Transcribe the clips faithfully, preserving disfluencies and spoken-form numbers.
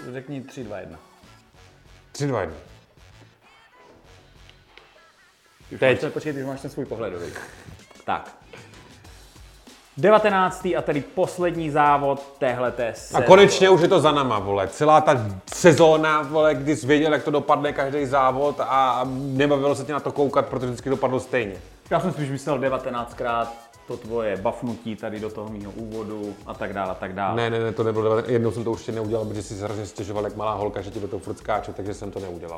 řekni tři, dva, jedna. tři, dva, jedna. Teď. Máš, počkej, ty už máš ten svůj pohledový. Tak. devatenáctý a tedy poslední závod téhleté sezóny. A konečně už je to za náma, vole. Celá ta sezóna, vole, kdy jsi věděl, jak to dopadne každý závod a nebavilo se tě na to koukat, protože vždycky dopadlo stejně. Já jsem spíš myslel devatenáctkrát to tvoje bafnutí tady do toho mýho úvodu a tak dále a tak dále. Ne, ne, ne, to nebylo devatenáct. Jednou jsem to už neudělal, protože si hrozně stěžoval, jak malá holka, že ti do toho furt skáče, takže jsem to neudělal.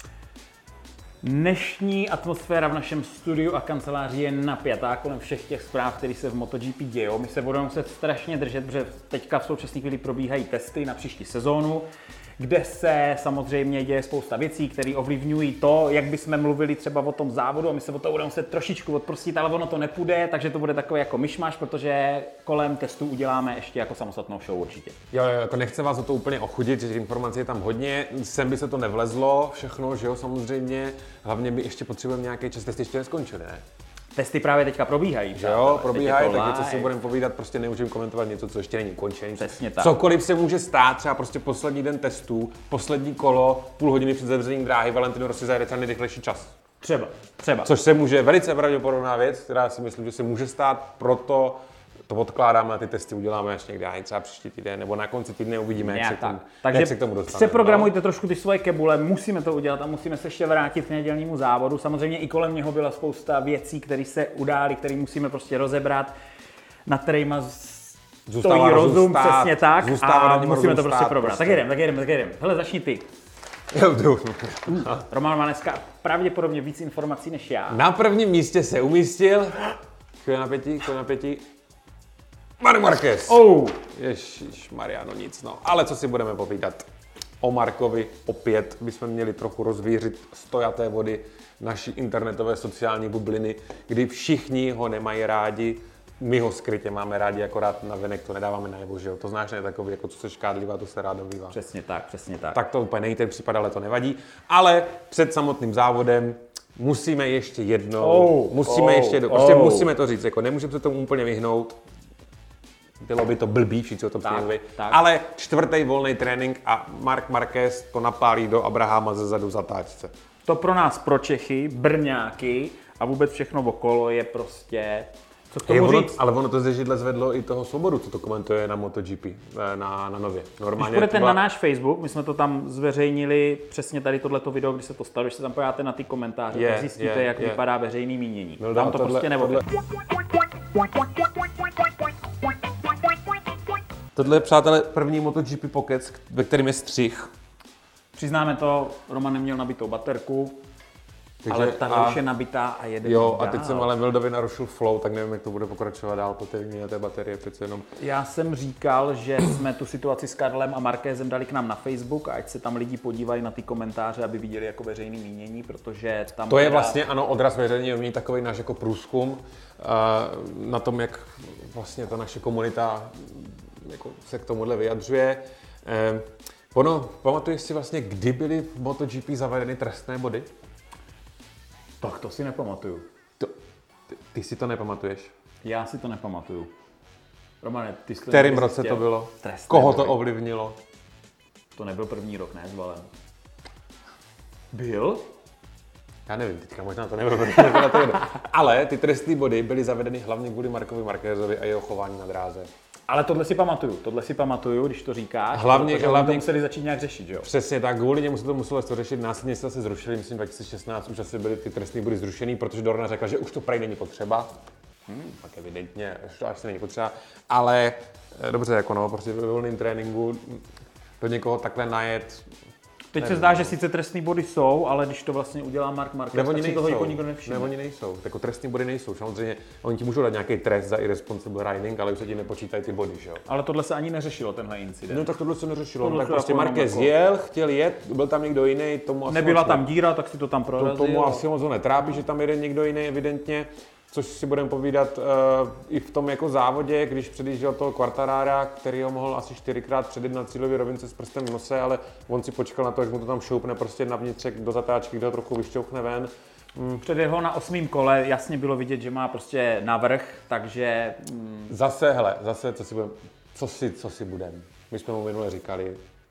Dnešní atmosféra v našem studiu a kanceláři je napjatá kolem všech těch zpráv, které se v MotoGP dějou. My se budeme muset strašně držet, protože teďka v současné chvíli probíhají testy na příští sezónu, kde se samozřejmě děje spousta věcí, které ovlivňují to, jak bychom mluvili třeba o tom závodu a my se o to budeme muset trošičku odprostit, ale ono to nepůjde, takže to bude takový jako myšmaš, protože kolem testů uděláme ještě jako samostatnou show určitě. Jo, jo, jako nechce vás o to úplně ochudit, že informací je tam hodně, sem by se to nevlezlo všechno, že jo, samozřejmě, hlavně by ještě potřebujeme nějaký čas, testy ještě neskončily, ne? Testy právě teďka probíhají. Že jo, probíhají, takže co si budeme povídat, prostě nemůžeme komentovat něco, co ještě není ukončené. Přesně tak. Cokoliv se může stát, třeba prostě poslední den testů, poslední kolo, půl hodiny před zavřením dráhy, Valentino Rossi zajede třeba nejrychlejší čas. Třeba, třeba. Což se může, velice pravděpodobná věc, která si myslím, že se může stát, proto to odkládáme a ty testy uděláme až někdy, třeba příští týden, nebo na konci týdne uvidíme, jak se, k tomu, Takže jak se k tomu dostaneme. Přeprogramujte no? trošku ty svoje kebule, musíme to udělat a musíme se ještě vrátit k nedělnímu závodu. Samozřejmě i kolem něho byla spousta věcí, které se udály, které musíme prostě rozebrat, nad kterýma stojí rozum, stát, přesně tak, a musíme to prostě probrat. Prostě. Tak jedem, tak jedem, tak jedem. Hele, začni ty. Roman má dneska pravděpodobně víc informací než já. Na prvním místě se umístil, chvíle napětí, chvíle napětí, Marc Marquez. Oh. Ježišmarja, no nic, no. Ale co si budeme povídat? O Markovi opět bychom měli trochu rozvířit stojaté vody naší internetové sociální bubliny, kdy všichni ho nemají rádi. My ho skrytě máme rádi, akorát na venek to nedáváme najevo, že jo? To znáš, ne takový, jako co se škádlivá, to se rádo bývá. Přesně tak, přesně tak. Tak to úplně není ten případ, ale to nevadí. Ale před samotným závodem musíme ještě jednou, oh, musíme oh, ještě jednou, prostě oh. musíme to říct, jako nemůžeme se tomu úplně vyhnout. Bylo by to blbý, všichni o tom přijeli. Ale čtvrtý volný trénink a Marc Marquez to napálí do Abrahama ze zadu zatáčce. To pro nás, pro Čechy, Brňáky a vůbec všechno okolo je prostě... Co k tomu ono, říct? Ale ono to ze židle zvedlo i toho Svobodu, co to komentuje na MotoGP, na, na Nově. Normálně když půjdete byla... na náš Facebook, my jsme to tam zveřejnili, přesně tady tohleto video, kdy se to stalo, když se tam podíváte na ty komentáře, yeah, tak zjistíte, yeah, jak yeah. vypadá veřejný mínění. No, tam to tohle, prostě neobjde. Tohle je, přátelé, první MotoGP Pocket, ve kterém je střih. Přiznáme to, Roman neměl nabitou baterku, takže, ale ta už je nabitá a jede Jo, dál. A teď jsem ale Vildovi narušil flow, tak nevím, jak to bude pokračovat dál po té výměně té baterie přece jenom. Já jsem říkal, že jsme tu situaci s Karlem a Markézem dali k nám na Facebook a ať se tam lidi podívají na ty komentáře, aby viděli jako veřejný mínění, protože tam... To je vlastně, ano, odraz veřejného mínění, takový náš jako průzkum na tom, jak vlastně ta naše komunita jako se k tomuhle vyjadřuje. Ono, pamatuješ si vlastně, kdy byly v MotoGP zavedeny trestné body? Tak to si nepamatuju. To, ty, ty si to nepamatuješ? Já si to nepamatuju. Romane, ty jsi to... V kterém roce to bylo? Trestné Koho body. To ovlivnilo? To nebyl první rok, ne, s Valem. Byl? Já nevím, teďka možná to nebylo první rok, ale ty trestné body byly zavedeny hlavně kvůli Markovi Marquezovi a jeho chování na dráze. Ale tohle si pamatuju, tohle si pamatuju, když to říkáš, hlavně, protože hlavně, to museli začít nějak řešit, že jo? Přesně tak, kvůli němu se to muselo to řešit, následně se zase zrušili, myslím dva tisíce šestnáct už asi byly ty trestné body zrušený, protože Dorna řekla, že už to prej není potřeba. Hmm, tak evidentně, až to až není potřeba, ale dobře, jako no, prostě ve volném tréninku do někoho takhle najet. Teď nevím. Se zdá, že sice trestní body jsou, ale když to vlastně udělá Marc Marquez, tak si toho jako nikdo nevšimne. Ne, oni nejsou. Jako trestní body nejsou. Samozřejmě oni ti můžou dát nějaký trest za irresponsible riding, ale už se ti nepočítají ty body, že jo? Ale tohle se ani neřešilo, tenhle incident. No tak tohle se neřešilo. Tohle tak prostě Marquez jako... jel, chtěl jet, byl tam někdo jiný, tomu asi nebyla tam díra, tak si to tam prorazil. To, tomu asi moc ho netrápí, že tam jede někdo jiný evidentně. Což si budeme povídat uh, i v tom jako závodě, když předjížděl toho Quartarara, který ho mohl asi čtyřikrát předjet na cílový rovince s prstem v nose, ale on si počkal na to, až mu to tam šoupne prostě na vnitřek do zatáčky, kde ho trochu vyšťouchne ven. Mm. Předjel ho na osmém kole, jasně bylo vidět, že má prostě navrch, takže... Mm. Zase, hele, zase, co si budeme, co si, co si budeme. My jsme mu minule říkali,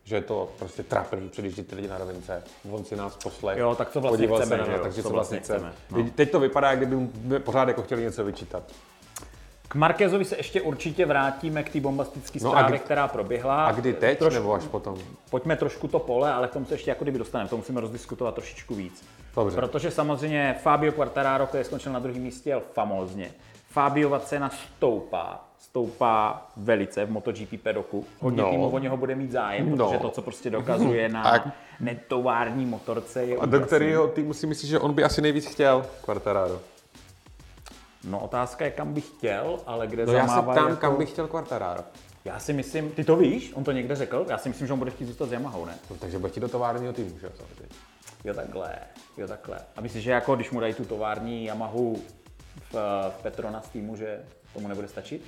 že je to prostě trapný předjíždět ty lidi na rovince. On si nás poslech, jo, tak co vlastně podíval chceme, se na, jo, takže co co vlastně vlastně chceme. chceme, no. Teď to vypadá, kdyby mu pořád jako chtěli něco vyčítat. K Marquezovi se ještě určitě vrátíme k té bombastické No a zprávě, kdy- která proběhla. A kdy teď, Trošku, nebo až potom? Pojďme trošku to pole, ale k tomu se ještě jako kdyby dostaneme, to musíme rozdiskutovat trošičku víc. Dobře. Protože samozřejmě Fabio Quartararo, který skončil na druhém místě, jel famózně. Fabiova cena stoupá, stoupá velice v MotoGP pedoku. Hodně No. týmů o něho bude mít zájem, No. protože to, co prostě dokazuje na A- netovární motorce, je A do úžasný. kterého týmu si myslíš, že on by asi nejvíc chtěl, Quartararo? No otázka je, kam bych chtěl, ale kde No já se zamává ptám, jako... kam bych chtěl Quartararo. Já si myslím, ty to víš, on to někde řekl, já si myslím, že on bude chtít zůstat s Yamahou, ne? No, takže bude ti do továrního týmu, že jo, samozřejmě. Jo takhle, jo takhle. A myslíš, že jako když mu dají tu tovární Yamahu v, v Petronas týmu, že tomu nebude stačit?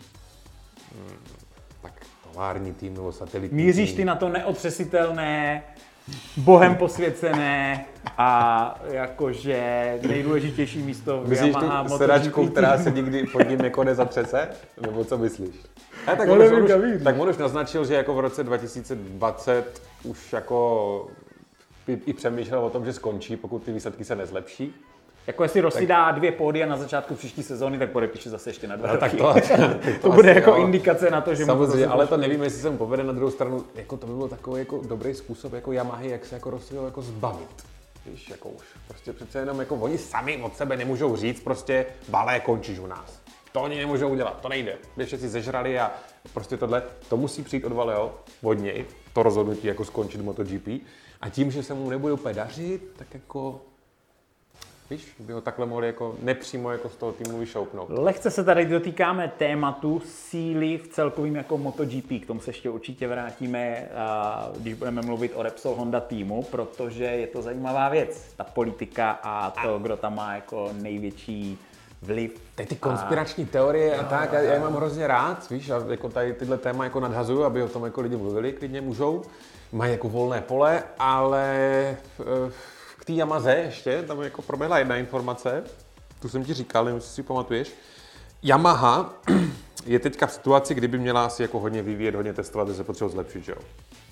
Tak tovární tým nebo satelitní Míříš tým. ty na to neotřesitelné, bohem posvěcené a jakože nejdůležitější místo v Myslíš Yamaha ty MotoGP sedačku, která týmu? se nikdy pod ním jako nezatřese? Nebo co myslíš? A tak, No, on už, nevím, on kam už, jít. tak on už naznačil, že jako v roce dva tisíce dvacet už jako i, i přemýšlel o tom, že skončí, pokud ty výsledky se nezlepší. Jako jestli Rossi dá dvě pódia na začátku příští sezóny, tak podepíše zase ještě na dva roky. Tak to, To bude asi jako jo. indikace na to, že mu to Samozřejmě, zase ale to poškodí. nevím, jestli se mu povede. Na druhou stranu, jako to by byl takový jako dobrý způsob jako Yamahy, jak se jako Rossiho jako zbavit. Víš, jako už prostě přece jenom jako oni sami od sebe nemůžou říct prostě Balé, končíš u nás. To oni nemůžou udělat, to nejde. Když si zežrali a prostě tohle, to musí přijít od Valeo, od něj, to rozhodnutí jako skončit MotoGP. A tím, že se mu nebude úplně dařit, tak jako víš, by ho takhle mohli jako nepřímo jako z toho týmu vyšoupnout. Lehce se tady dotýkáme tématu síly v celkovým jako MotoGP. K tomu se ještě určitě vrátíme, a když budeme mluvit o Repsol Honda týmu, protože je to zajímavá věc. Ta politika a to, kdo tam má jako největší vliv. Teď ty konspirační teorie a tak, já, já je mám hrozně rád, víš, a jako tady tyhle téma jako nadhazuju, aby o tom jako lidi mluvili, klidně můžou. Mají jako volné pole, ale eh, k té Yamaze ještě, tam jako proběhla jedna informace, tu jsem ti říkal, nevím, jestli si ji pamatuješ. Yamaha je teďka v situaci, kdyby měla asi jako hodně vyvíjet, hodně testovat, že se potřebuje zlepšit, že jo?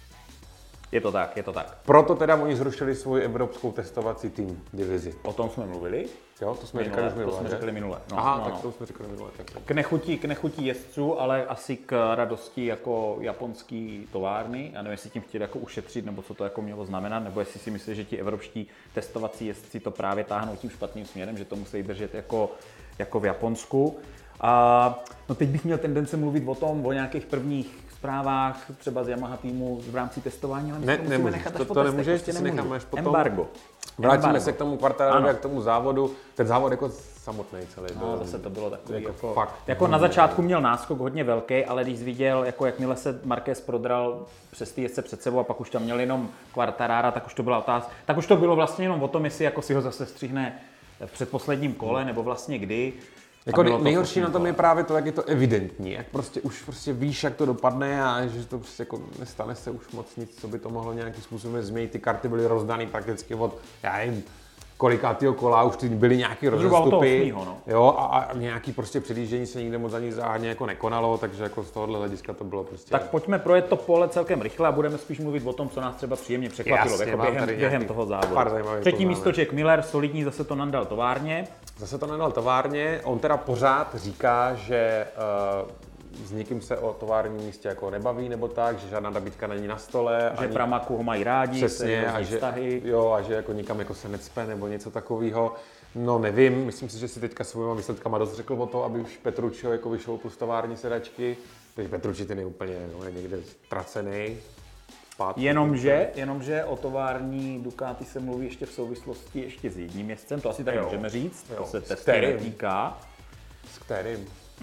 Je to tak, je to tak. Proto teda oni zrušili svou evropskou testovací tým divizi. O tom jsme mluvili. Jo, to jsme Minule, říkali už to minule, jsme že? řekli minule. No, Aha, no, tak no. to jsme říkali minule. Tak. K nechutí, k nechutí jezdců, ale asi k radosti jako japonský továrny. Já nevím, jestli tím chtěli jako ušetřit, nebo co to jako mělo znamenat, nebo jestli si myslí, že ti evropští testovací jezdci to právě táhnou tím špatným směrem, že to musí držet jako, jako v Japonsku. A no teď bych měl tendence mluvit o tom, o nějakých prvních zprávách, třeba z Yamaha týmu v rámci testování, ale my Ne, to musíme nemůžeš, nechat až to- po to testech, nemůžeš, prostě to si nemůžu. necháme až potom. Embargo. Vrátíme Embargo. se k tomu Quartararovi Ano. a k tomu závodu. Ten závod jako samotný celý byl. No, zase to bylo takový jako jako, fakt. jako na začátku měl náskok hodně velký, ale když viděl, jako jakmile se Marquez prodral přes ty jezdce před sebou a pak už tam měl jenom Quartarara, tak už to byla otázka. Tak už to bylo vlastně jenom o tom, jestli jako si ho zase střihne v předposledním kole, nebo vlastně kdy. Jako A bylo to nejhorší v na tom je kole. právě to, jak je to evidentní, jak prostě už prostě víš, jak to dopadne a že to prostě jako nestane se už moc nic, co by to mohlo nějakým způsobem změnit. Ty karty byly rozdaný prakticky od, já nevím, kolikátýho kola, už ty byly nějaký Zhruba od toho rozestupy, osmýho, no. jo, a, a nějaký prostě předjíždění se nikde moc ani záhadně jako nekonalo, takže jako z tohohle hlediska to bylo prostě... Tak pojďme projet to pole celkem rychle a budeme spíš mluvit o tom, co nás třeba příjemně překvapilo Jasně, jako mám během, tady během nějaký toho závodu. pár zajímavých Třetí poznámek. místo Jack Miller, solidní, zase to nandal továrně. Zase to nedal továrně, on teda pořád říká, že uh, s nikým se o továrním místě jako nebaví nebo tak, že žádná nabídka není na stole. Že Pramaku ho mají rádi, Přesně, a že, vztahy. jo, a že jako nikam jako se necpe nebo něco takového. No nevím, myslím si, že si teďka svýma výsledkama dost řekl o to, aby už Petrucci jako vyšoupl z tovární sedačky. Takže Petrucci ten je úplně no, je někde ztracený. Zpátky. Jenomže, jenomže o tovární Ducati se mluví ještě v souvislosti ještě s jedním jezdcem, to asi tak Jo. můžeme říct, Jo. to se S testy kterým? netýká. S kterým?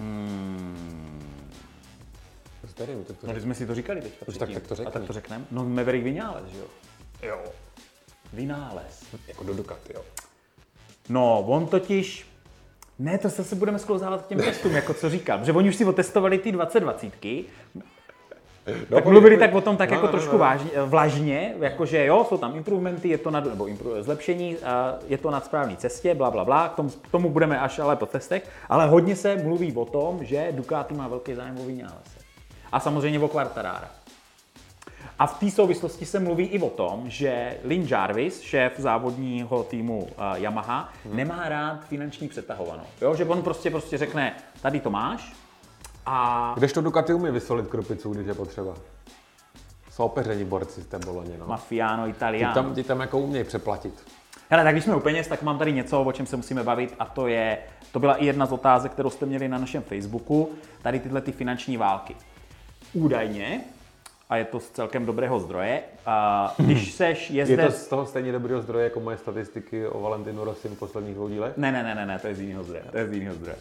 Hmm. S kterým? Tak to No, když jsme si to říkali teďka tak- předtím. tak to řekni. A tak to řekneme. No Maverick Vinales, že jo? jo. Vinales. Jako do Ducati, jo. No, on totiž... Ne, to zase budeme sklouzávat k těm testům, jako co říkám. Že oni už si otestovali ty dvacet dvacítky, No, tak mluvili tak o tom tak no, jako no, trošku no. vážně, vlažně, jakože jo, jsou tam improvementy, je to nad, nebo impro, zlepšení, a je to na správné cestě, bla, bla, bla, k tomu, k tomu budeme až ale po testech, ale hodně se mluví o tom, že Ducati má velký zájem o Vinalese. A samozřejmě o Quartarara. A v té souvislosti se mluví i o tom, že Lin Jarvis, šéf závodního týmu uh, Yamaha, hmm. nemá rád finanční přetahovanou. Jo? Že on prostě, prostě řekne, tady to máš a... Kdežto Ducati umí vysolit krupicu, když je potřeba. Jsou opeření borci z té Boloně, no. Mafiano, Italiano. Ti tam, ti tam jako umějí přeplatit. Hele, tak když jsme u peněz, tak mám tady něco, o čem se musíme bavit a to je, to byla i jedna z otázek, kterou jste měli na našem Facebooku, tady tyhle ty finanční války. Údajně, a je to z celkem dobrého zdroje, a když seš jezdec... Je to z toho stejně dobrého zdroje jako moje statistiky o Valentinu Rossim v posledních dvou dílech? Ne, ne, ne, ne, ne, to je z jiného zdroje, to je z jiného zdroje.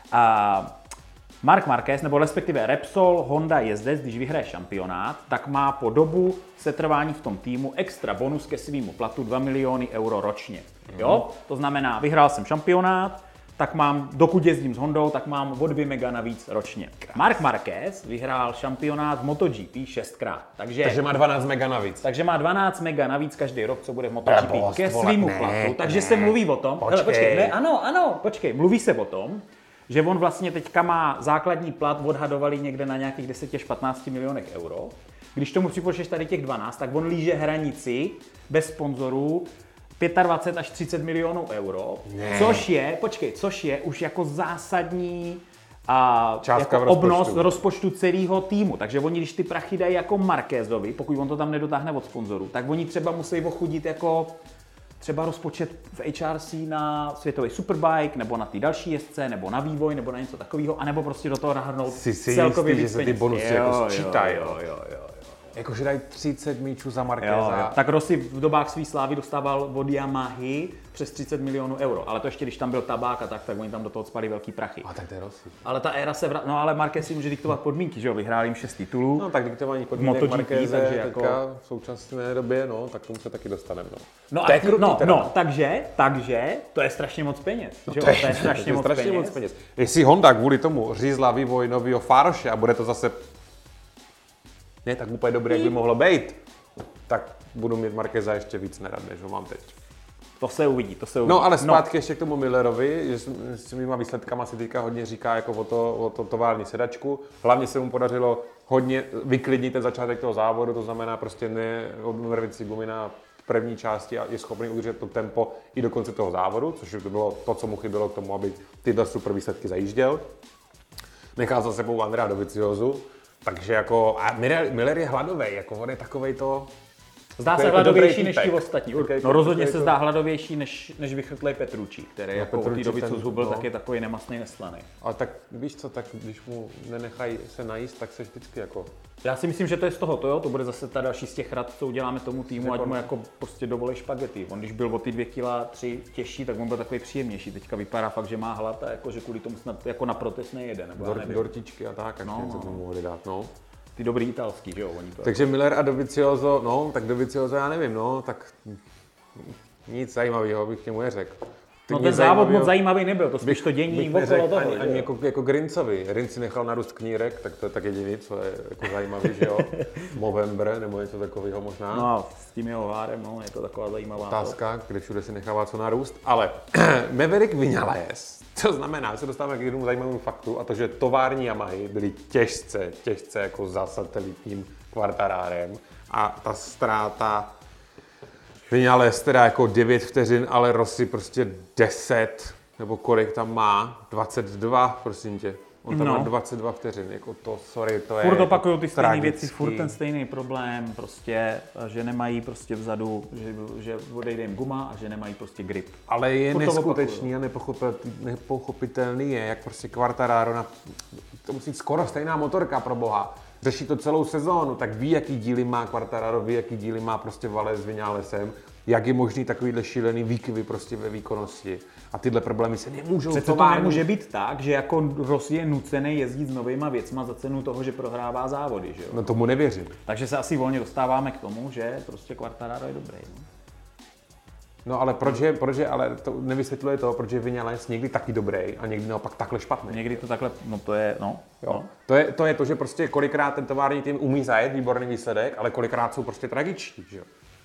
A Marc Marquez, nebo respektive Repsol Honda jezdec, když vyhraje šampionát, tak má po dobu setrvání v tom týmu extra bonus ke svému platu dva miliony euro ročně. Jo? To znamená, vyhrál jsem šampionát, tak mám, dokud jezdím s Hondou, tak mám o dvě mega navíc ročně. Marc Marquez vyhrál šampionát v MotoGP šestkrát. Takže, takže má dvanáct mega navíc. Takže má dvanáct mega navíc každý rok, co bude v MotoGP Prebost, ke svému platu. Takže ne, se mluví o tom, počkej. hele, počkej, ne, ano, ano, počkej, mluví se o tom, že on vlastně teďka má základní plat, odhadovali někde na nějakých deset až patnáct milionech euro. Když tomu připočteš tady těch dvanáct, tak on líže hranici bez sponzorů dvacet pět až třicet milionů euro, ne. což je, počkej, což je už jako zásadní a částka jako v rozpočtu. obnos rozpočtu celého týmu. Takže oni, když ty prachy dají jako Marquezovi, pokud on to tam nedotáhne od sponzorů, tak oni třeba musí ochudit jako třeba rozpočet v H R C na světový Superbike, nebo na ty další jezdce, nebo na vývoj, nebo na něco takového, anebo prostě do toho nahrnout celkově víc peněz. Že se ty bonusy jako sčítají. Jo, jo, jo. Jakože dají třicet míčů za Marqueza. Jo, jo. Tak Rossi v dobách svý slávy dostával od Yamahy přes třicet milionů euro, ale to ještě když tam byl tabák a tak, tak oni tam do toho spali velký prachy. A tak to je Rossi. Ale ta éra se vrátila, no ale Marquez si může diktovat podmínky, že jo, vyhrál jim šest titulů. No tak diktování podmínek Marqueze takže jako... teďka v současné době, no, tak tomu se taky dostaneme, no. No, to a je krutý, no, teda. no, takže, takže, to je strašně moc peněz, no, že jo, to je, to je strašně, to je moc, strašně peněz. moc peněz. Jestli Honda kvůli tomu řízla vývoj nového Faroše a bude to zase ne tak úplně dobrý, jak by mohlo být, tak budu mít Marqueza ještě víc nerad, než ho mám teď. To se uvidí, to se uvidí. No ale zpátky no. ještě k tomu Millerovi, že s těmima výsledkama si teďka hodně říká jako o to, o to tovární sedačku. Hlavně se mu podařilo hodně vyklidnit ten začátek toho závodu, to znamená prostě neodmrvit si gumy na první části a je schopný udržet to tempo i do konce toho závodu, což to bylo to, co mu chybělo k tomu, aby tyhle super výsledky zajížděl. Nechal za sebou Andrea Doviziosu, takže jako, a Miller je hladový, jako on je takovej to... Zdá se hladovější než ti ostatní. No rozhodně se zdá hladovější než, než vychytlej Petrucci, který no, jako od té doby, co zhubil, no. tak je takový nemastný, neslaný. Ale tak víš co, tak když mu nenechají se najíst, tak se vždycky jako... Já si myslím, že to je z toho, to jo, to bude zase ta další z těch rad, co uděláme tomu týmu, ať mu jako prostě dovolí špagety. On když byl o ty dvě kila tři těžší, tak on byl takový příjemnější. Teďka vypadá fakt, že má hlad a jako, že kvůli tomu snad jako na protest nejede, nebo Dor, dortičky a tak, no, no, co tomu mohli dát, no. Ty dobrý italský, že jo, oni to. Takže Miller a Dovizioso, no, tak Dovizioso já nevím, no, tak nic zajímavého bych k němu neřekl. No ten závod moc zajímavý nebyl, to spíš to dění okolo toho. Ani, ani jako, jako Grincovi. Rin si nechal narůst knírek, tak to je tak jediný, co je jako zajímavý, že jo. Movember nebo něco takového možná. No a s tím jeho hárem, no, je to taková zajímavá otázka, kde všude si nechává co narůst. Ale Maverick Viñales, to znamená, se dostáváme k jednomu zajímavému faktu, a to, že tovární Yamahy byly těžce, těžce jako za satelitním Quartararem a ta ztráta Viñales teda jako devět vteřin, ale Rossi prostě deset, nebo kolik tam má, dvacet dva, prosím tě. On tam no. má dvacet dva vteřin, jako to, sorry, to je furt opakují ty stejné tragický. věci, furt ten stejný problém, prostě, že nemají prostě vzadu, že, že odejde jim guma a že nemají prostě grip. Ale je furt neskutečný a nepochopitelný je, jak prostě Quartararo, na, to musí skoro stejná motorka pro boha, řeší to celou sezónu, tak ví, jaký díly má Quartararo, ví, jaký díly má prostě Vale s Viñalesem, jak je možný takovýhle šílený výkyvy prostě ve výkonnosti. A tyhle problémy se nemůžou Přece to nemůže být tak, že jako Rossi je nucený jezdit s novýma věcma za cenu toho, že prohrává závody, že jo? No tomu nevěřím. Takže se asi volně dostáváme k tomu, že prostě Quartararo je dobrý. No, no ale proč je, proč je, ale to nevysvětluje to, proč je Viñales někdy taky dobrý a někdy naopak takhle špatný. Někdy to takhle, no to je, no. Jo. no. To, je, to je to, že prostě kolikrát ten tovární tým umí zajet výborný výsledek, ale kolikrát jsou prostě tragičtí, že jo?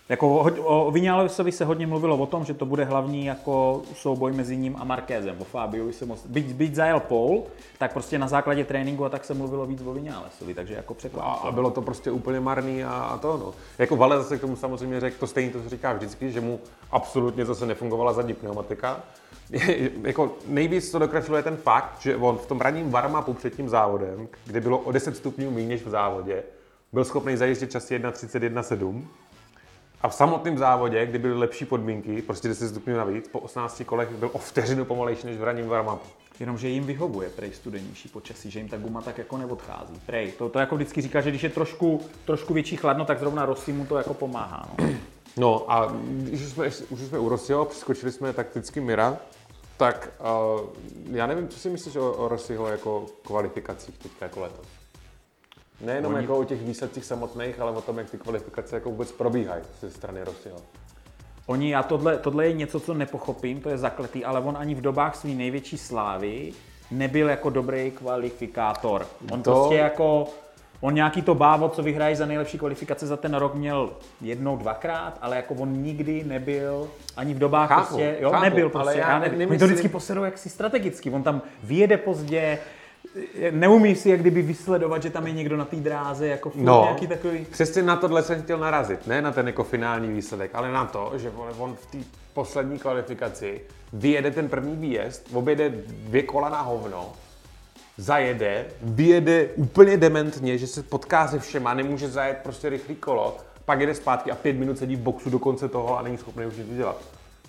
Jako o, o Viñalesovi se hodně mluvilo o tom, že to bude hlavní jako souboj mezi ním a Marquezem. O Fabiovi se moc... Byť, byť zajel pole, tak prostě na základě tréninku a tak se mluvilo víc o Viñalesovi, takže jako překvapilo. A bylo to prostě úplně marný a, a to no. Jako Vale zase k tomu samozřejmě řekl, to stejně to říká vždycky, že mu absolutně zase nefungovala zadní pneumatika. Jako nejvíc to dokresluje ten fakt, že on v tom ranním warm-upu před tím závodem, kde bylo o deset stupňů méně než v závodě, byl schopný zajíždět časy jedna třicet jedna sedm. A v samotném závodě, kdy byly lepší podmínky, prostě deset stupňů navíc, po osmnácti kolech byl o vteřinu pomalejší než v ranním warm-upu. Jenomže jim vyhovuje prej studenější počasí, že jim ta guma tak jako neodchází. Prej, to, to jako vždycky říká, že když je trošku, trošku větší chladno, tak zrovna Rossi mu to jako pomáhá. No, no a když jsme, už jsme u Rossiho, přeskočili jsme takticky Mira, tak uh, já nevím, co si myslíš o, o Rossiho jako kvalifikacích teďka jako letos? Nejenom Oni... jako o těch výsledcích samotných, ale o tom, jak ty kvalifikace jako vůbec probíhají ze strany Rossiho. Oni, já tohle, tohle je něco, co nepochopím, to je zakletý, ale on ani v dobách své největší slávy nebyl jako dobrý kvalifikátor. On to... prostě jako, on nějaký to bávo, co vyhraje za nejlepší kvalifikace za ten rok, měl jednou, dvakrát, ale jako on nikdy nebyl, ani v dobách chápu, prostě, jo, chápu, nebyl prostě. Ale já já nevím, nemyslím... to vždycky posedou jaksi strategicky, on tam vyjede pozdě, neumí si jak kdyby vysledovat, že tam je někdo na té dráze, jako furt no, nějaký takový... přesně na tohle jsem chtěl narazit, ne na ten jako finální výsledek, ale na to, že on v té poslední kvalifikaci vyjede ten první výjezd, objede dvě kola na hovno, zajede, vyjede úplně dementně, že se potká se všema, nemůže zajet prostě rychlý kolo, pak jede zpátky a pět minut sedí v boxu do konce toho a není schopný už nic dělat.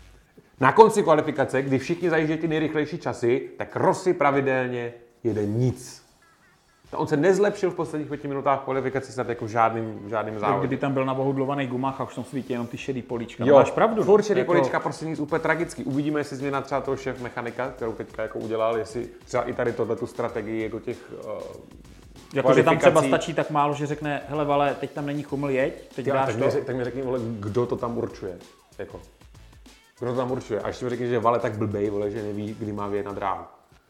Na konci kvalifikace, kdy všichni zajíždějí ty nejrychlejší časy, tak Rossi pravidelně jede nic. On se nezlepšil v posledních pěti minutách kvalifikaci snad jako v žádným, žádným závodě. Kdy tam byl na bohudlovaných gumách a už tam svítí jenom ty šedý políčka. Jo, no, máš pravdu. furt šedý jako... políčka, prostě nic úplně tragický. Uvidíme, jestli změna třeba toho šéf mechanika, kterou teďka jako udělal, jestli třeba i tady tohletu strategii jako těch uh, jako, že tam třeba stačí tak málo, že řekne, hele Vale, teď tam není chuml, jeď, teď Já, dáš tak to. Mě, tak mi řekni, vole, kdo to tam určuje. Jako. Kdo to tam určuje? A ještě mi řekni, že Vale tak blbej, vole, že neví, kdy má vyjet na dráhu.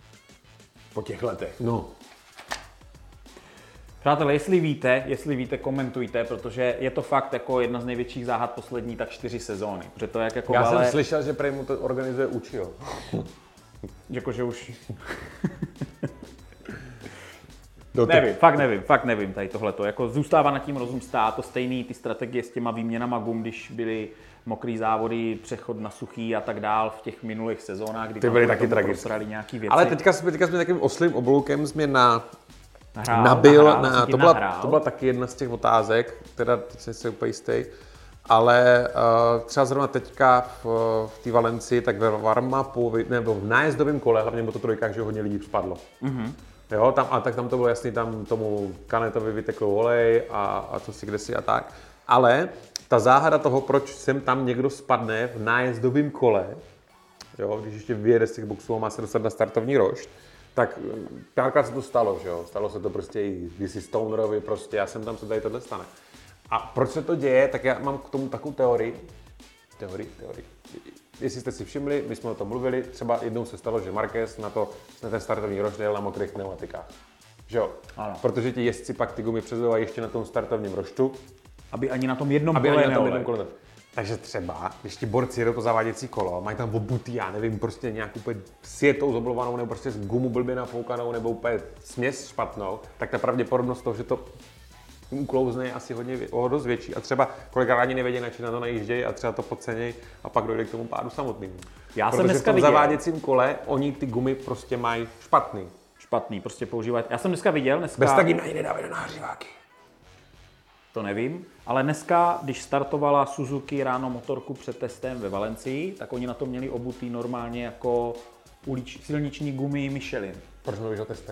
Po těch letech. No. Přátelé, jestli víte, jestli víte, komentujte, protože je to fakt jako jedna z největších záhad poslední tak čtyři sezóny. Protože to jak jako Já Vale... jsem slyšel, že prej mu to organizuje Učio. Jakože už... No nevím, fakt nevím, fakt nevím tady tohleto. Jako zůstává nad tím rozum stát, to stejný ty strategie s těma výměnama gum, když byly mokrý závody, přechod na suchý a tak dál v těch minulých sezónách, kdy ty byly taky tragické. Nějaký věci. Ale teďka jsme, teďka jsme takovým oslým obloukem jsme na nahrál, nabil, nahrál, na, to, byla, to byla taky jedna z těch otázek, teda teď jsem si úplně jistý, ale uh, třeba zrovna teďka v, v té Valencii, tak ve warm-upu, nebo v nájezdovém kole, hlavně po to trojkách, že hodně lidí spadlo. Mm-hmm. Jo, tam, a tak tam to bylo jasný, tam tomu Canetovi vytekl olej a, a co si kdesi a tak. Ale ta záhada toho, proč sem tam někdo spadne v nájezdovém kole, jo, když ještě vyjede z těch boxů a má se dostat na startovní rošt, tak párkrát se to stalo, že jo? Stalo se to prostě i kdysi Stonerovi, prostě já jsem tam, co tady tohle stane. A proč se to děje, tak já mám k tomu takovou teorii, teorii, teorii. Jestli jste si všimli, my jsme o tom mluvili, třeba jednou se stalo, že Marquez na, to, na ten startovní rošt jel na mokrých pneumatikách. Že jo? Ano. Protože ti jezdci pak ty gumy přezouvají ještě na tom startovním roštu. Aby ani na tom jednom aby kole ani na tom jednom kole. kole. Takže třeba, když ti borci jedou to zaváděcí kolo, mají tam obutý, já nevím, prostě nějak úplně sjetou zoblovanou, nebo prostě z gumu blbě nafoukanou, nebo úplně směs špatnou, tak ta pravděpodobnost toho, že to uklouzne, je asi hodně o dost větší. A třeba kolikrát ani nevědí, na či na to najíždějí a třeba to podcenějí a pak dojde k tomu pádu samotnému. Já Protože jsem dneska v tom viděl. zaváděcím kole oni ty gumy prostě mají špatný. Špatný, prostě používat. Já jsem dneska viděl, dneska... Bez tak jim ani nedávají do nahříváky. To nevím, ale dneska, když startovala Suzuki ráno motorku před testem ve Valencii, tak oni na to měli obutý normálně jako ulič, silniční gumy Michelin. Proč mluvíš o testech?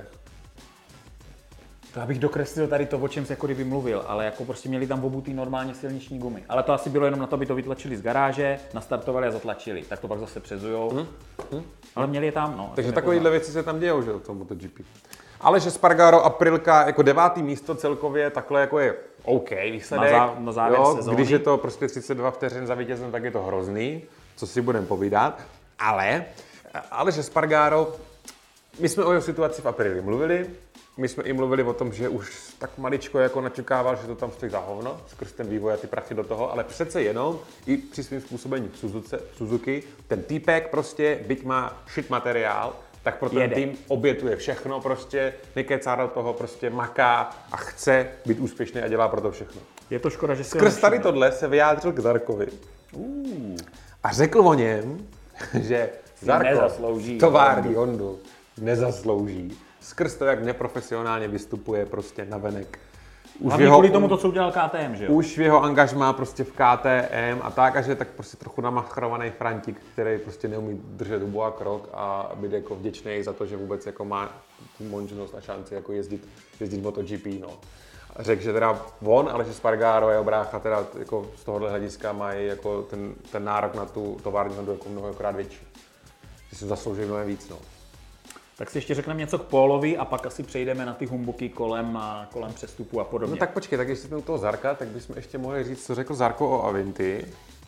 To abych dokreslil tady to, o čem se jako kdyby mluvil, ale jako prostě měli tam obutý normálně silniční gumy. Ale to asi bylo jenom na to, aby to vytlačili z garáže, nastartovali a zatlačili. Tak to pak zase přezujou. Hmm? Hmm? Ale měli je tam, no. Takže takovéhle věci se tam dějou, že v tom MotoGP. Ale že Spargaro a Prilka jako devátý místo celkově takhle jako je OK výsledek. Na, zá, na závěr jo, sezóny. Když je to prostě třicet dva vteřin za vítězem, tak je to hrozný, co si budeme povídat. Ale, ale že Spargaro, my jsme o jeho situaci v Aprilia mluvili, my jsme i mluvili o tom, že už tak maličko jako načekával, že to tam stojí za hovno, skrz ten vývoj a ty prachy do toho, ale přece jenom i při svým způsobení v Suzuce, v Suzuki, ten týpek prostě, byť má shit materiál, tak pro ten Jede. tým obětuje všechno prostě, nekecá do toho, prostě maká a chce být úspěšný a dělá pro to všechno. Je to škoda, že si Skrz tady tohle se vyjádřil k Zarkovi uh. a řekl o něm, že Zarko nezaslouží tovární Hondu nezaslouží. Skrz to, jak neprofesionálně vystupuje prostě navenek. Už hlavně kvůli tomu to, co udělal K T M, že jo? Už v jeho angažmá prostě v K T M a tak, a že je tak prostě trochu namachrovaný Frantík, který prostě neumí držet hubu a krok a být jako vděčný za to, že vůbec jako má možnost a šanci jako jezdit, jezdit MotoGP, no. A řekl, že teda on, ale že Spargaro a jeho brácha teda jako z tohohle hlediska mají jako ten, ten nárok na tu tovární Hondu jako mnohokrát větší. Že si zaslouží mnohem víc, no. Tak si ještě řekneme něco k Pólovi a pak asi přejdeme na ty humbuky kolem, a kolem přestupu a podobně. No tak počkej, tak jestli jsme u toho Zarka, tak bychom ještě mohli říct, co řekl Zarko o Avinti.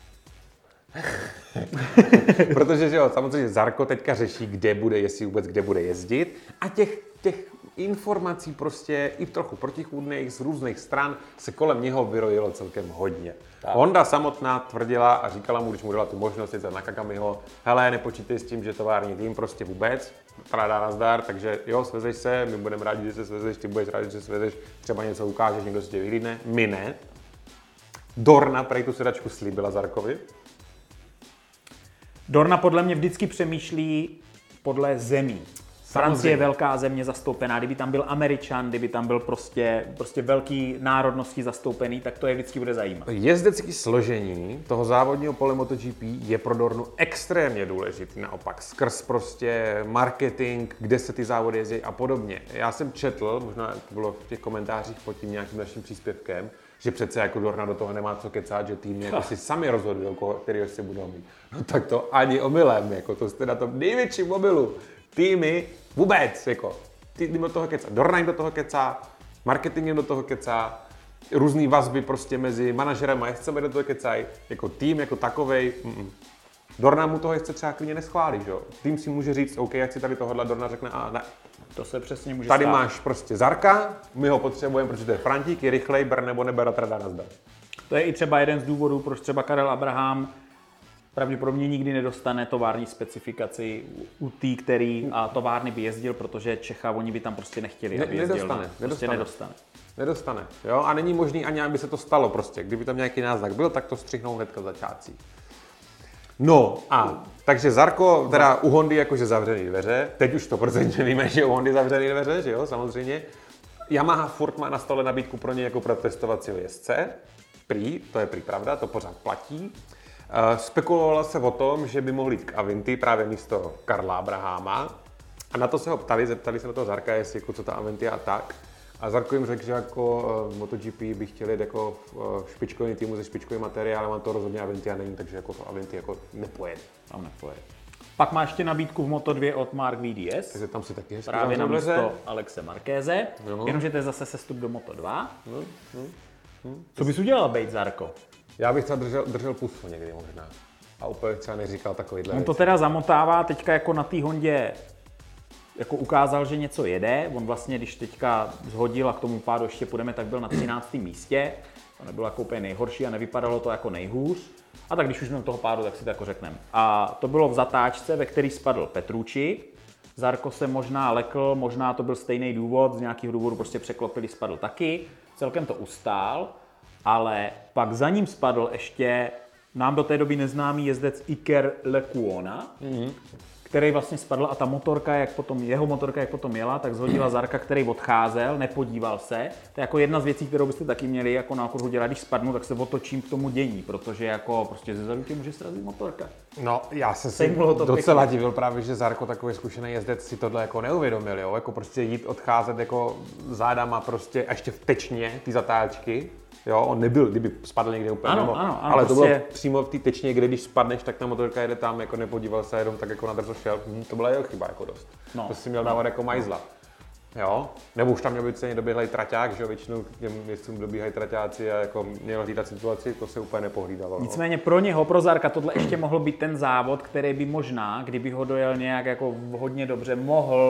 Protože že jo, samozřejmě Zarko teďka řeší, kde bude, jestli vůbec kde bude jezdit a těch, těch informací prostě i trochu protichůdných z různých stran se kolem něho vyrojilo celkem hodně. Tak. Honda samotná tvrdila a říkala mu, když mu dala tu možnost jít za Nakagamiho, hele, nepočítej s tím, že tovární tým prostě vůbec, trádá nazdar, takže jo, svezeš se, my budeme rádi, že se svezeš, ty budeš rádi, že se svezeš, třeba něco ukážeš, někdo si tě vyhlídne, my ne. Dorna prej tu sedačku slíbila Zarkovi. Dorna podle mě vždycky přemýšlí podle zemí. Francie je velká země zastoupená, kdyby tam byl Američan, kdyby tam byl prostě, prostě velký národnosti zastoupený, tak to je vždycky bude zajímat. Jezdecké složení toho závodního pole MotoGP je pro Dornu extrémně důležitý, naopak skrz prostě marketing, kde se ty závody jezdí a podobně. Já jsem četl, možná to bylo v těch komentářích pod tím nějakým naším příspěvkem, že přece jako Dorna do toho nemá co kecat, že týmy jako si sami rozhodují, kterého si budou mít. No tak to ani omylem, jako to jste na tom největším mobilu. Týmy vůbec, jako, tým do toho kecá, Dorna do toho kecá, marketing do toho kecá, různý vazby prostě mezi manažerem a jezdcem do toho kecají, jako tým jako takovej, mm-mm. Dorna mu toho jezdce třeba klidně neschválí, že jo. Tým si může říct, OK, jak si tady tohohle, Dorna řekne, a ne. To se přesně může Tady stát. máš prostě Zarka, my ho potřebujeme, protože to je Frantík, je rychlej, ber nebo neber a tradá nazdar. To je i třeba jeden z důvodů, proč třeba Karel Abraham pravděpodobně nikdy nedostane tovární specifikaci u tý, který a továrny by jezdil, protože Čecha, oni by tam prostě nechtěli, Ne, aby jezdil. nedostane, Prostě nedostane. nedostane. Nedostane, jo, a není možný ani, aby se to stalo prostě. Kdyby tam nějaký náznak byl, tak to střihnou hnedka v začátcích. No a takže Zarko, teda u Hondy jakože zavřený dveře, teď už sto procent víme, že u Hondy zavřený dveře, že jo, samozřejmě. Yamaha furt má na stole nabídku pro něj jako pro testovacího jezdce, prý, to je prý pravda, to pořád platí. Uh, spekulovalo se o tom, že by mohli jít k Avinti právě místo Karla Abrahama a na to se ho ptali, zeptali se na toho Zarka, jestli jako co ta Avinti a tak. A Zarko jim řekl, že jako uh, MotoGP by chtěli jít jako uh, špičkový týmu se špičkovým materiálem, a to rozhodně Avinti a není, takže jako to Avinti jako nepojede. Tam nepojede. Pak má ještě nabídku v Moto dva od Mark V D S. Takže tam si taky hezky právě na dveře. místo Alexe Marqueze, no. Jenomže to je zase sestup do Moto dva. No, no, no. Co bys udělal, bejt, Zarko? Já bych třeba držel, držel pusu někdy možná. A úplně třeba neříkal takovýhle On to teda zamotává teďka jako na té Hondě, jako ukázal, že něco jede. On vlastně, když teďka zhodil a k tomu pádu ještě půjdeme, tak byl na třináctém místě. To nebylo jako úplně nejhorší a nevypadalo to jako nejhůř. A tak když už jsme toho pádu, tak si to jako řekneme. A to bylo v zatáčce, ve který spadl Petrucci. Zarko se možná lekl, možná to byl stejný důvod, z nějakého důvodu prostě překlopili, spadl taky. Celkem to ustál, ale pak za ním spadl ještě nám do té doby neznámý jezdec Iker Lecuona, mm-hmm. který vlastně spadl a ta motorka, jak potom, jeho motorka, jak potom jela, tak zhodila Zarka, který odcházel, nepodíval se. To je jako jedna z věcí, kterou byste taky měli jako na okruhu dělat, když spadnu, tak se otočím k tomu dění, protože jako prostě ze zadu tě může srazit motorka. No, já jsem si docela divil právě, že Zarko, takový zkušený jezdec, si tohle jako neuvědomil, jo? Jako prostě jít odcházet jako zádama prostě a ještě v tečně ty zatáčky. Jo, on nebyl, kdyby spadl někde úplně ano, mimo, ano, ano, ale to prostě... bylo přímo v té tečně, kde když spadneš, tak ta motorka jede tam, jako nepodíval se, jenom tak jako na drzo šel. Hm, to byla jeho chyba jako dost. No, to si měl dávat no. jako majzla. Jo, nebo už tam měl být ceně doběhlej traťák, že jo, většinou k těm městům dobíhají traťáci a jako měl hlídat situaci, to se úplně nepohlídalo. Nicméně pro něho, pro Zarka, tohle ještě mohl být ten závod, který by možná, kdyby ho dojel nějak jako hodně dobře, mohl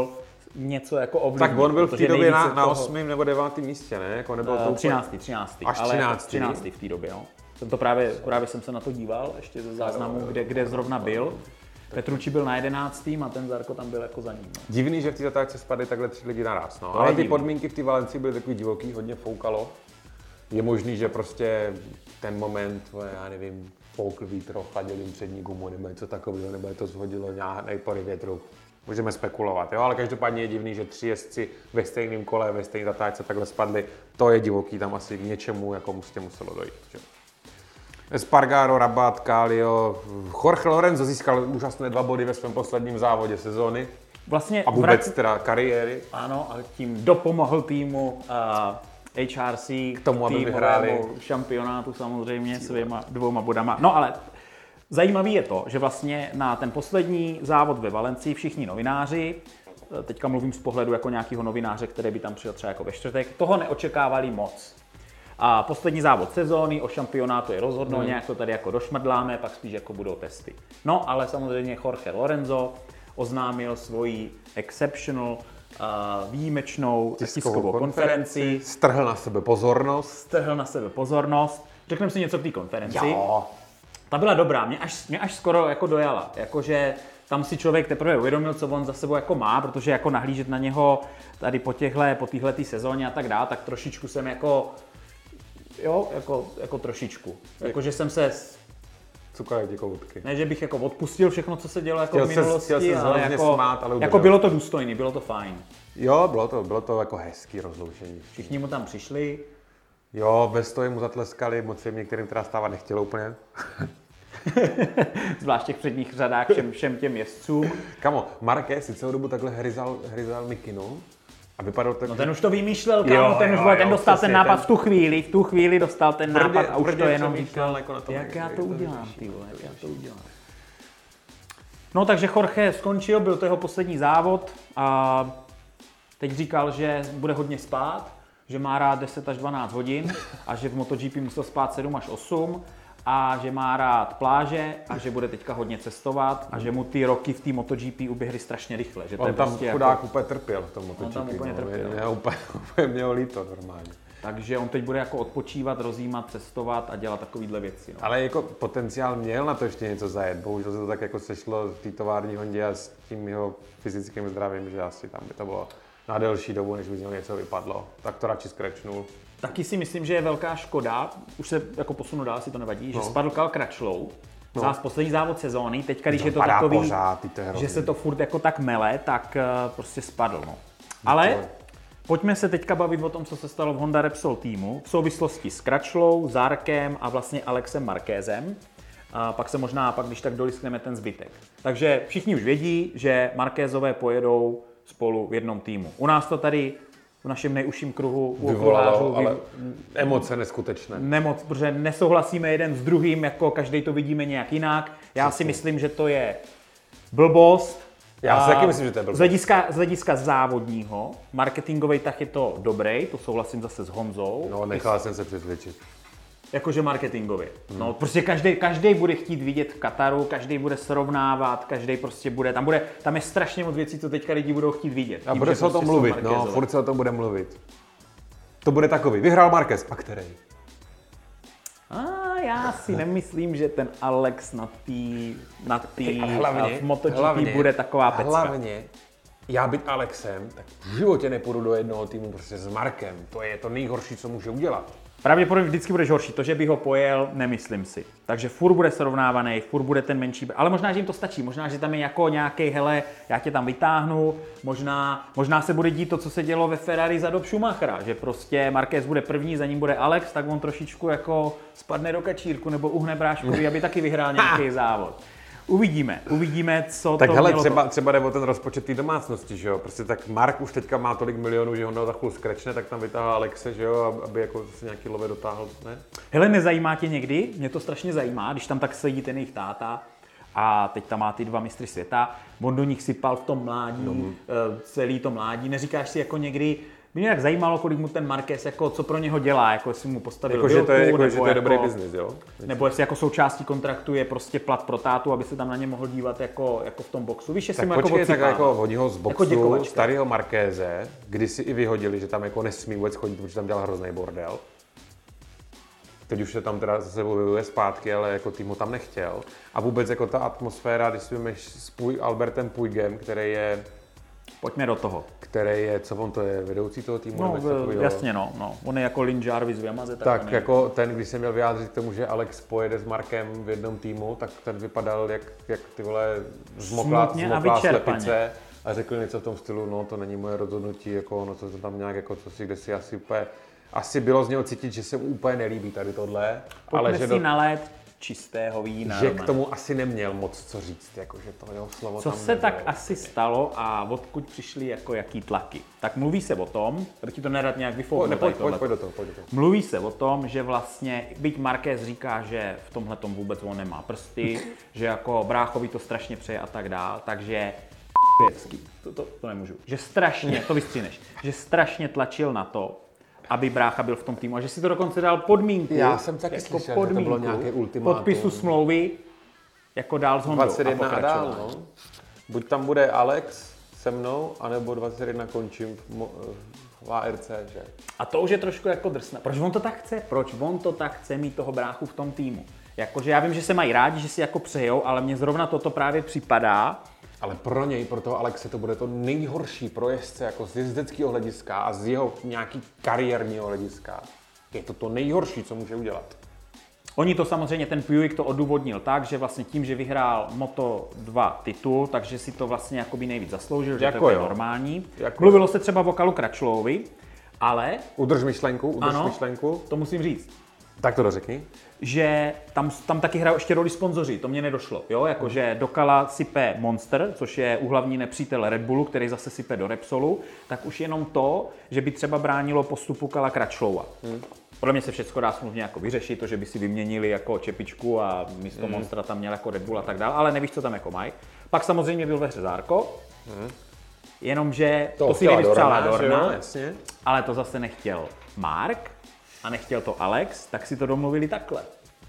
něco jako ovlivnit. Tak on byl v té době na, na toho... osmém nebo devátém místě, ne? Jako nebylo to třináctý, třináctý. Až třináctý. třináctý v té době, no. Jsem to právě, právě jsem se na to díval, ještě ze záznamu, kde, kde zrovna byl. Petrucci byl na jedenáctém a ten Zarco tam byl jako za ním. No. Divný, že v té zatáčce spadly takhle tři lidi naraz, no. Ale ty divný. Podmínky v té Valencii byly takový divoký, hodně foukalo. Je možný, že prostě ten moment, já nevím, foukl vítr, ochladil jim přední gumu nebo něco takového, nebo je to zhodilo nějaký pory větru. Můžeme spekulovat, jo, ale každopádně je divný, že tři jezdci ve stejném kole, ve stejné zatáčce takhle spadly. To je divoký, tam asi k něčemu jako prostě muselo dojít. Že? Espargaro, Rabat, Kallio, Jorge Lorenzo získal úžasné dva body ve svém posledním závodě sezóny. Vlastně a vůbec vrát... teda kariéry. Ano, a tím dopomohl týmu uh, H R C k tomu, aby vyhráli šampionátu samozřejmě svýma dvouma bodama. No ale zajímavý je to, že vlastně na ten poslední závod ve Valencii všichni novináři, teďka mluvím z pohledu jako nějakého novináře, který by tam přijel třeba jako ve čtvrtek, toho neočekávali moc. A poslední závod sezóny o šampionátu je rozhodnou, hmm. nějak to tady jako došmrdláme, pak spíš jako budou testy. No, ale samozřejmě Jorge Lorenzo oznámil svoji exceptional, uh, výjimečnou tiskovou konferenci. konferenci. Strhl na sebe pozornost. Strhl na sebe pozornost. Řekneme si něco k té konferenci. Jo. Ta byla dobrá, mě až, mě až skoro jako dojala. Jakože tam si člověk teprve uvědomil, co on za sebou jako má, protože jako nahlížet na něho tady po těchhle, po téhletý sezóně a tak dále, tak trošičku jsem jako Jo, jako, jako trošičku. Jakože jsem se... Cukají ti koutky. Ne, že bych jako odpustil všechno, co se dělo jako chtěl v minulosti, se, ale, jako, smát, ale jako bylo to důstojný, bylo to fajn. Jo, bylo to, bylo to jako hezký rozloučení. Všichni mu tam přišli. Jo, bez toho mu zatleskali, moc jim některým teda stávat nechtělo úplně. Zvlášť těch předních řadách všem, všem těm jezdcům. Kamo, Marquez si celou dobu takhle hryzal, hryzal mikinu. A vypadalo tak, no ten už to vymýšlel, kámo, jo, ten, už jo, ten jo, dostal ten nápad ten... v tu chvíli, v tu chvíli dostal ten tvrdě, nápad a už to jenom říkal, jako na to jak já to udělám, ty vole, jak já to udělám. No takže Jorge skončil, byl to jeho poslední závod a teď říkal, že bude hodně spát, že má rád deset až dvanáct hodin a že v MotoGP musel spát sedm až osm a že má rád pláže a že bude teďka hodně cestovat a že mu ty roky v té MotoGP uběhly strašně rychle. Že to on je tam prostě chudák jako... úplně trpěl v tom MotoGP. On tam úplně no, trpěl. Mě, úplně, úplně mě ho líto normálně. Takže on teď bude jako odpočívat, rozjímat, cestovat a dělat takovýhle věci. No. Ale jako potenciál měl na to ještě něco zajet. Bohužel se to tak jako sešlo v té tovární Hondě a s tím jeho fyzickým zdravím, že asi tam by to bylo na delší dobu, než by z něho něco vypadlo. Tak to radši skrečnul. Taky si myslím, že je velká škoda, už se jako posunu dál, si to nevadí, no. že spadl Cal Crutchlow. No. Zás poslední závod sezóny, teďka, když no, je to takový, pořád, to že se to furt jako tak mele, tak uh, prostě spadl. No. Ale pojďme se teďka bavit o tom, co se stalo v Honda Repsol týmu v souvislosti s Crutchlow, Zarkem a vlastně Alexem Marquezem. A pak se možná, pak když tak doliskneme ten zbytek. Takže všichni už vědí, že Marquezové pojedou spolu v jednom týmu. U nás to tady v našem nejužším kruhu u vyvolalo, ale emoce neskutečné. Nemoc, protože nesouhlasíme jeden s druhým, jako každý to vidíme nějak jinak. Já Přesný. si myslím, že to je blbost. Já si taky myslím, že to je blbost. Z hlediska, z hlediska závodního, marketingový tak je to dobrý, to souhlasím zase s Honzou. No, nechal jsem se přesvědčit. Jakože marketingově. Hmm. No, prostě každý, každý bude chtít vidět v Kataru, každý bude srovnávat, každý prostě bude, tam bude, tam je strašně moc věcí, co teďka lidi budou chtít vidět. A bude se prostě o tom mluvit, no, furt se o tom bude mluvit. To bude takový, vyhrál Marquez, a který? A já si nemyslím, že ten Alex na tý, na tý hlavně, v MotoGP hlavně, bude taková pecka. Hlavně, já být Alexem, tak v životě nepůjdu do jednoho týmu prostě s Markem. To je to nejhorší, co může udělat. Pravděpodobně vždycky budeš horší. To, že by ho pojel, nemyslím si. Takže furt bude srovnávaný, furt bude ten menší. Ale možná, že jim to stačí. Možná, že tam je jako nějaký, hele, já tě tam vytáhnu. Možná, možná se bude dít to, co se dělo ve Ferrari za dob Schumachera. Že prostě Marquez bude první, za ním bude Alex, tak on trošičku jako spadne do kačírku nebo uhne bráškovi, aby taky vyhrál nějaký závod. Uvidíme, uvidíme, co tak to hele, mělo třeba, to. třeba jde o ten rozpočet té domácnosti, že jo? Prostě tak Mark už teďka má tolik milionů, že ho za chvíli skrečne, tak tam vytáhá Alexe, že jo, aby jako si nějaký love dotáhl, ne? Hele, nezajímá tě někdy? Mě to strašně zajímá, když tam tak sedí ten jejich táta a teď tam má ty dva mistry světa, on do nich sypal v tom mládí, no. celý to mládí. Neříkáš si jako někdy, Mě nějak zajímalo, kolik mu ten Marquez, jako, co pro něho dělá, jako jestli mu postavil jako, vilku, že to je, jako, nebo že to je jako, dobrý biznis, jo? Nebo jestli jako součástí kontraktu je prostě plat pro tátu, aby se tam na ně mohl dívat jako, jako v tom boxu. Víš, jestli tak mu počkej, jako tak jako hodí ho z boxu, jako starého Markéze, kdy si i vyhodili, že tam jako nesmí vůbec chodit, protože tam dělal hrozný bordel. Teď už se tam teda zase objevuje zpátky, ale jako tým ho tam nechtěl. A vůbec jako ta atmosféra, když si vymeš s Puj, Albertem Puigem, který je... Pojďme do toho. Který je, co on to je, vedoucí toho týmu? No, jasně, no, no. On je jako Lin Jarvis v Yamaze. Tak, tak jako ten, když jsem měl vyjádřit k tomu, že Alex pojede s Markem v jednom týmu, tak ten vypadal jak, jak ty vole zmoklá, zmoklá slepice a řekl něco v tom stylu, no to není moje rozhodnutí, jako no to tam nějak jako co si, kde si asi úplně, asi bylo z něho cítit, že se mu úplně nelíbí tady tohle. Pojďme ale že si do, nalét čistého vína. Že k tomu asi neměl moc co říct, jako že to jeho slovo Co tam se nebylo. tak asi stalo a odkud přišly jako jaký tlaky? Tak mluví se o tom, abych ti to nerad nějak vyfouknul. Pojď, pojď, pojď do toho, pojď do toho. Mluví se o tom, že vlastně, byť Marquez říká, že v tomhletom vůbec on nemá prsty, že jako bráchovi to strašně přeje a tak dál, takže to, to, to nemůžu. Že strašně, to vystříneš, že strašně tlačil na to, aby brácha byl v tom týmu a že si to dokonce dal podmínku. Já jsem taky jako slyšel, podmínku, že to bylo nějaké ultimátum. podpisu smlouvy jako dál s Hondou dvacet jedna a a dál, no. Buď tam bude Alex se mnou, anebo dvacet jedna končím v, mo- v A R C, že? A to už je trošku jako drsné. Proč on to tak chce? Proč on to tak chce mít toho bráchu v tom týmu? Jakože já vím, že se mají rádi, že si jako přejou, ale mně zrovna toto právě připadá. Ale pro něj, pro toho Alexe, to bude to nejhorší pro jezdce jako z jezdeckého hlediska a z jeho nějaký kariérního hlediska. Je to to nejhorší, co může udělat. Oni to samozřejmě, ten Puig to odůvodnil tak, že vlastně tím, že vyhrál Moto dva titul, takže si to vlastně jakoby nejvíc zasloužil, že jako to je jo. normální. Jako Mluvilo se třeba o Kalu Crutchlowovi, ale... Udrž myšlenku, udrž ano, myšlenku. to musím říct. Tak to dořekni. Že tam, tam taky hrajou ještě roli sponzoři, to mě nedošlo, jo, jakože do Kala sype Monster, což je úhlavní nepřítel Red Bullu, který zase sype do Repsolu, tak už jenom to, že by třeba bránilo postupu Kala Crutchlowa. Hmm. Podle mě se všechno dá smluvně jako vyřešit, to, že by si vyměnili jako čepičku a místo hmm. Monstra tam měl jako Red Bull a tak dále, ale nevíš, co tam jako mají. Pak samozřejmě byl ve hře Zarko, hmm. jenomže to, to si nevystřála Dorna, jasně. Ale to zase nechtěl Mark, a nechtěl to Alex, tak si to domluvili takhle.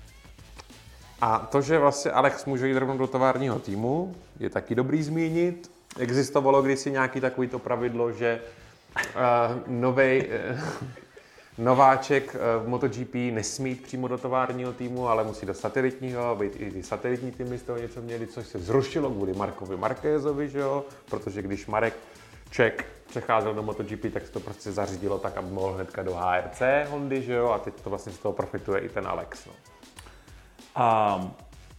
A to, že vlastně Alex může jít rovnou do továrního týmu, je taky dobrý zmínit. Existovalo kdysi nějaký takovýto pravidlo, že uh, novej, uh, nováček uh, v MotoGP nesmí jít přímo do továrního týmu, ale musí do satelitního, být i ty satelitní týmy z toho něco měli, což se zrušilo kvůli Markovi Marquezovi, že jo? Protože když Marek Ček přecházel do MotoGP, tak se to prostě zařídilo tak, aby mohl hnedka do H R C Hondy, že jo? A teď to vlastně z toho profituje i ten Alex, no. Um,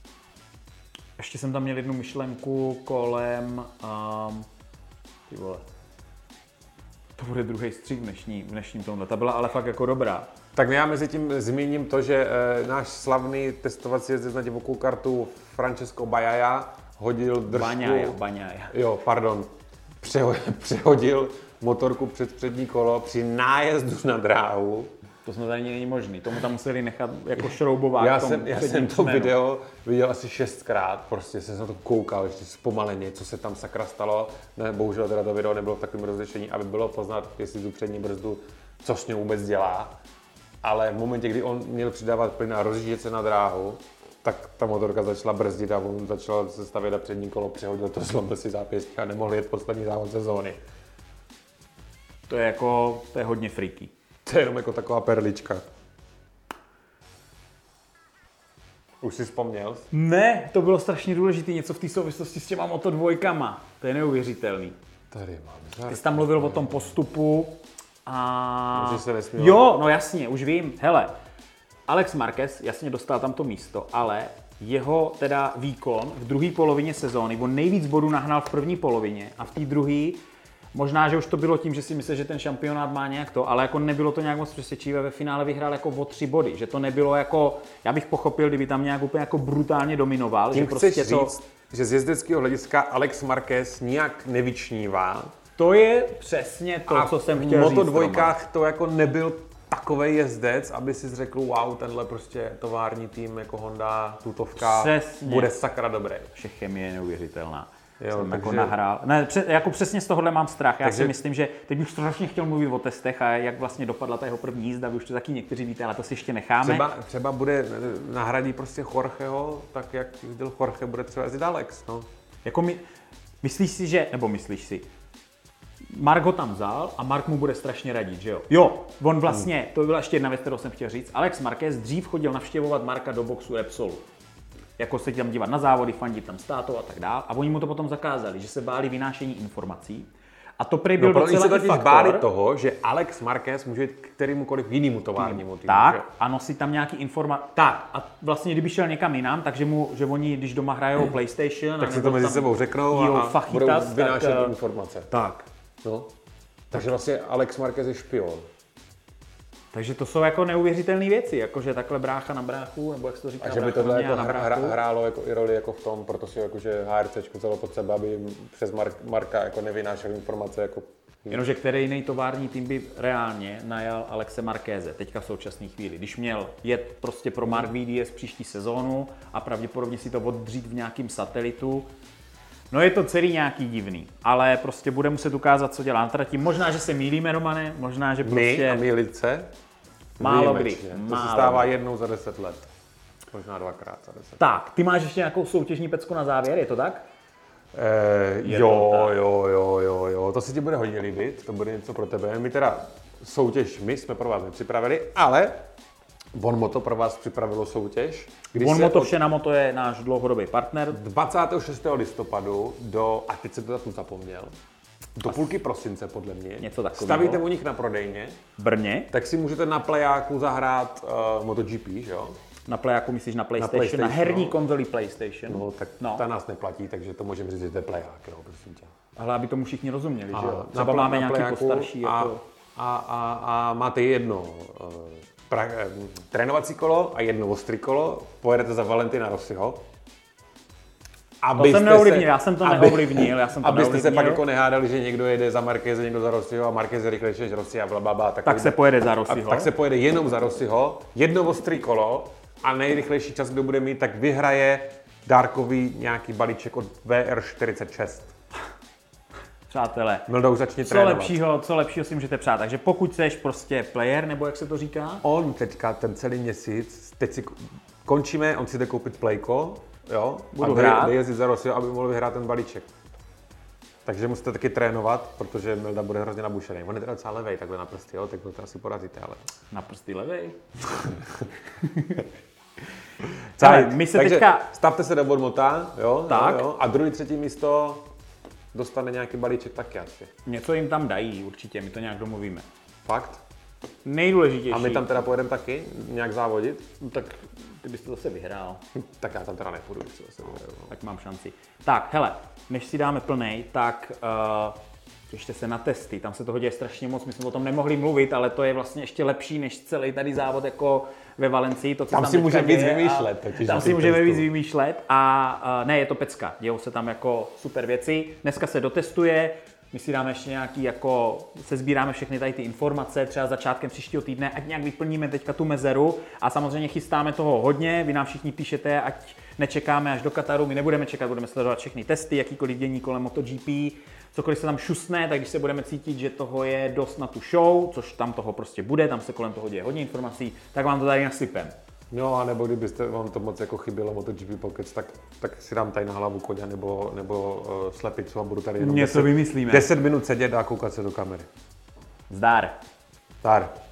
ještě jsem tam měl jednu myšlenku kolem, um, ty vole, to bude druhý střík v dnešní, v dnešním tomhle, ta byla ale fakt jako dobrá. Tak já mezi tím zmíním to, že e, náš slavný testovací jezdec na divokou kartu Francesco Bagnaia hodil držku... Bagnaia, Bagnaia. Jo, pardon. Přeho, přehodil motorku před přední kolo při nájezdu na dráhu. To snad ani není možný, tomu tam museli nechat jako šroubovat. Já jsem, já jsem to kmenu. Video viděl asi šestkrát, prostě jsem se na to koukal, ještě zpomaleně, co se tam sakra stalo. Ne, bohužel teda to video nebylo v takovém rozlišení, aby bylo poznat, jestli tu přední brzdu, co s ním vůbec dělá. Ale v momentě, kdy on měl přidávat plyn a rozjíždět se na dráhu, tak ta motorka začala brzdit a on začal se stavět na přední kolo, přehodil to, zlomil si zápěstí a nemohl jet poslední závod sezóny. To je jako, to je hodně freaky. To je jenom jako taková perlička. Už jsi vzpomněl? Ne, to bylo strašně důležité, něco v té souvislosti s těma Moto dvojkama. To je neuvěřitelný. Tady mám žárku. Ty jsi tam mluvil o tom postupu a... Že se nesměl. Jo, no jasně, už vím. Hele, Alex Marquez jasně dostal tam to místo, ale jeho teda výkon v druhé polovině sezóny, on nejvíc bodů nahnal v první polovině a v té druhé, možná, že už to bylo tím, že si myslel, že ten šampionát má nějak to, ale jako nebylo to nějak moc přesvědčivé, ve finále vyhrál jako o tři body, že to nebylo jako, já bych pochopil, kdyby tam nějak úplně jako brutálně dominoval. Tím že prostě chceš to, říct, že z jezdeckého hlediska Alex Marquez nijak nevyčnívá. To je přesně to, a co jsem chtěl říct. říct. V Moto dvojkách to jako nebyl takovej jezdec, aby si řekl, wow, tenhle prostě tovární tým jako Honda, tutovka, Přesně. bude sakra dobrý. Vše chemie je neuvěřitelná. Jo, jsem takže... jako nahrál. Ne, pře- jako přesně z tohohle mám strach. Já takže... si myslím, že teď bych strašně chtěl mluvit o testech a jak vlastně dopadla ta jeho první jízda, vy už to taky někteří víte, ale to si ještě necháme. Třeba, třeba bude nahradí prostě Jorgeho, tak jak jezdil Jorge, bude třeba jezdit Alex, no. Jako my, myslíš si, že, nebo myslíš si, Mark ho tam vzal a Mark mu bude strašně radit, že jo? Jo, on vlastně, hmm. to byla ještě jedna věc, kterou jsem chtěl říct, Alex Marquez dřív chodil navštěvovat Marka do boxu Repsolu. Jako se tam dívat na závody, fandit tam s tátou a tak dál. A oni mu to potom zakázali, že se báli vynášení informací. A to prý byl no, docela se totiž faktor. báli toho, že Alex Marquez může jít kterémukoliv jinému továrnímu týmu. Tak, že? a nosí tam nějaký informace. Tak, a vlastně kdyby šel někam jinam, takže mu, že oni, když doma hrajou PlayStation, tak si to mezi sebou řeknou a fachitas, budou vynášet tak, informace. Tak. No. Takže vlastně Alex Marquez je špion. Takže to jsou jako neuvěřitelné věci, jakože takhle brácha na bráchu, nebo jak se to říká, a že by tohle jako hra, hra, hrálo jako i roli jako v tom, proto si jakože HRCčku vzalo pod sebe, aby přes Mark, Marka jako nevynášel informace jako... Jenomže který jiný tovární tým by reálně najal Alexe Marqueze, teďka v současné chvíli, když měl jet prostě pro Mark V D S příští sezónu a pravděpodobně si to oddřít v nějakým satelitu. No je to celý nějaký divný, ale prostě bude muset ukázat, co dělá na trati. Možná, že se mýlíme, Romane, možná, že prostě... My a mýlit se? Málo kdy. To málo se stává kdy. jednou za deset let. Možná dvakrát za deset let. Tak, ty máš ještě nějakou soutěžní pecku na závěr, je to tak? Eh, je jo, to tak. jo, jo, jo, jo, to se ti bude hodně líbit, to bude něco pro tebe. My teda soutěž my jsme pro vás nepřipravili, ale Bonmoto pro vás připravilo soutěž. Bonmoto vše na moto je náš dlouhodobý partner. dvacátého šestého listopadu do, a teď se to tu zapomněl, do půlky prosince podle mě, něco takového. Stavíte u nich na prodejně, v Brně, tak si můžete na Playaku zahrát uh, MotoGP, že jo? Na Playaku myslíš na PlayStation, na, PlayStation, na herní no. konzoli PlayStation. No, tak no. ta nás neplatí, takže to můžeme říct, že to je Playák, jo, prosím tě. Ale aby tomu všichni rozuměli, a že jo? Třeba na, máme na nějaký Playaku postarší. A, jako... a, a, a máte jedno uh, pra, uh, trénovací kolo a jedno ostrý kolo, pojedete za Valentina Rossiho. To jsem neovlivnil, já jsem to aby, neovlivnil, já jsem to abyste neovlivnil. se pak jako nehádali, že někdo jede za Marqueze, někdo za Rossiho a Marquez je rychlejší než Rossi a blablabla. Tak, tak se pojede za Rossiho. Tak se pojede jenom za Rossiho, jedno ostrý kolo a nejrychlejší čas, kdo bude mít, tak vyhraje dárkový nějaký balíček od V R čtyřicet šest. Přátelé, Mildou, začni co trénovat. lepšího, co lepšího si můžete přát. Takže pokud jsi prostě player, nebo jak se to říká? On teďka ten celý měsíc, teď si končíme, on si jde koupit playko, jo, Budu a hrát. jde jezdit za Rossiho, aby mohl vyhrát ten balíček. Takže musíte taky trénovat, protože Milda bude hrozně nabušený. On je teda docela levej, takhle na prsty, jo, tak to asi porazíte, ale... Na prsty levej. Ale my se takže teďka... stavte se do Bonmota, jo, tak. Jo, jo, a druhý, třetí místo dostane nějaký balíček taky asi. Něco jim tam dají určitě, my to nějak domluvíme. Fakt? Nejdůležitější. A my tam teda pojedeme taky nějak závodit? No, tak ty bys to zase vyhrál. Tak já tam teda nepůjdu, když to zase vyhraju. No. Tak mám šanci. Tak, hele, než si dáme plnej, tak uh, ještě se na testy, tam se toho děje strašně moc, my jsme o tom nemohli mluvit, ale to je vlastně ještě lepší než celý tady závod jako ve Valencii. To, co tam tam si můžeme víc děje, vymýšlet. Totiž tam si můžeme víc vymýšlet a uh, ne, je to pecka, dějou se tam jako super věci. Dneska se dotestuje, my si dáme ještě nějaký, jako se sbíráme všechny tady ty informace, třeba začátkem příštího týdne, ať nějak vyplníme teďka tu mezeru a samozřejmě chystáme toho hodně, vy nám všichni píšete, ať nečekáme až do Kataru, my nebudeme čekat, budeme sledovat všechny testy, jakýkoliv dění kolem MotoGP, cokoliv se tam šusne, tak když se budeme cítit, že toho je dost na tu show, což tam toho prostě bude, tam se kolem toho děje hodně informací, tak vám to tady nasypem. No a nebo kdybyste vám to moc jako chybělo MotoGP Pockets, tak, tak si dám tady na hlavu koně nebo, nebo uh, slepicu a budu tady jenom něco vymyslíme. deset minut sedět a koukat se do kamery. Zdar. Zdar.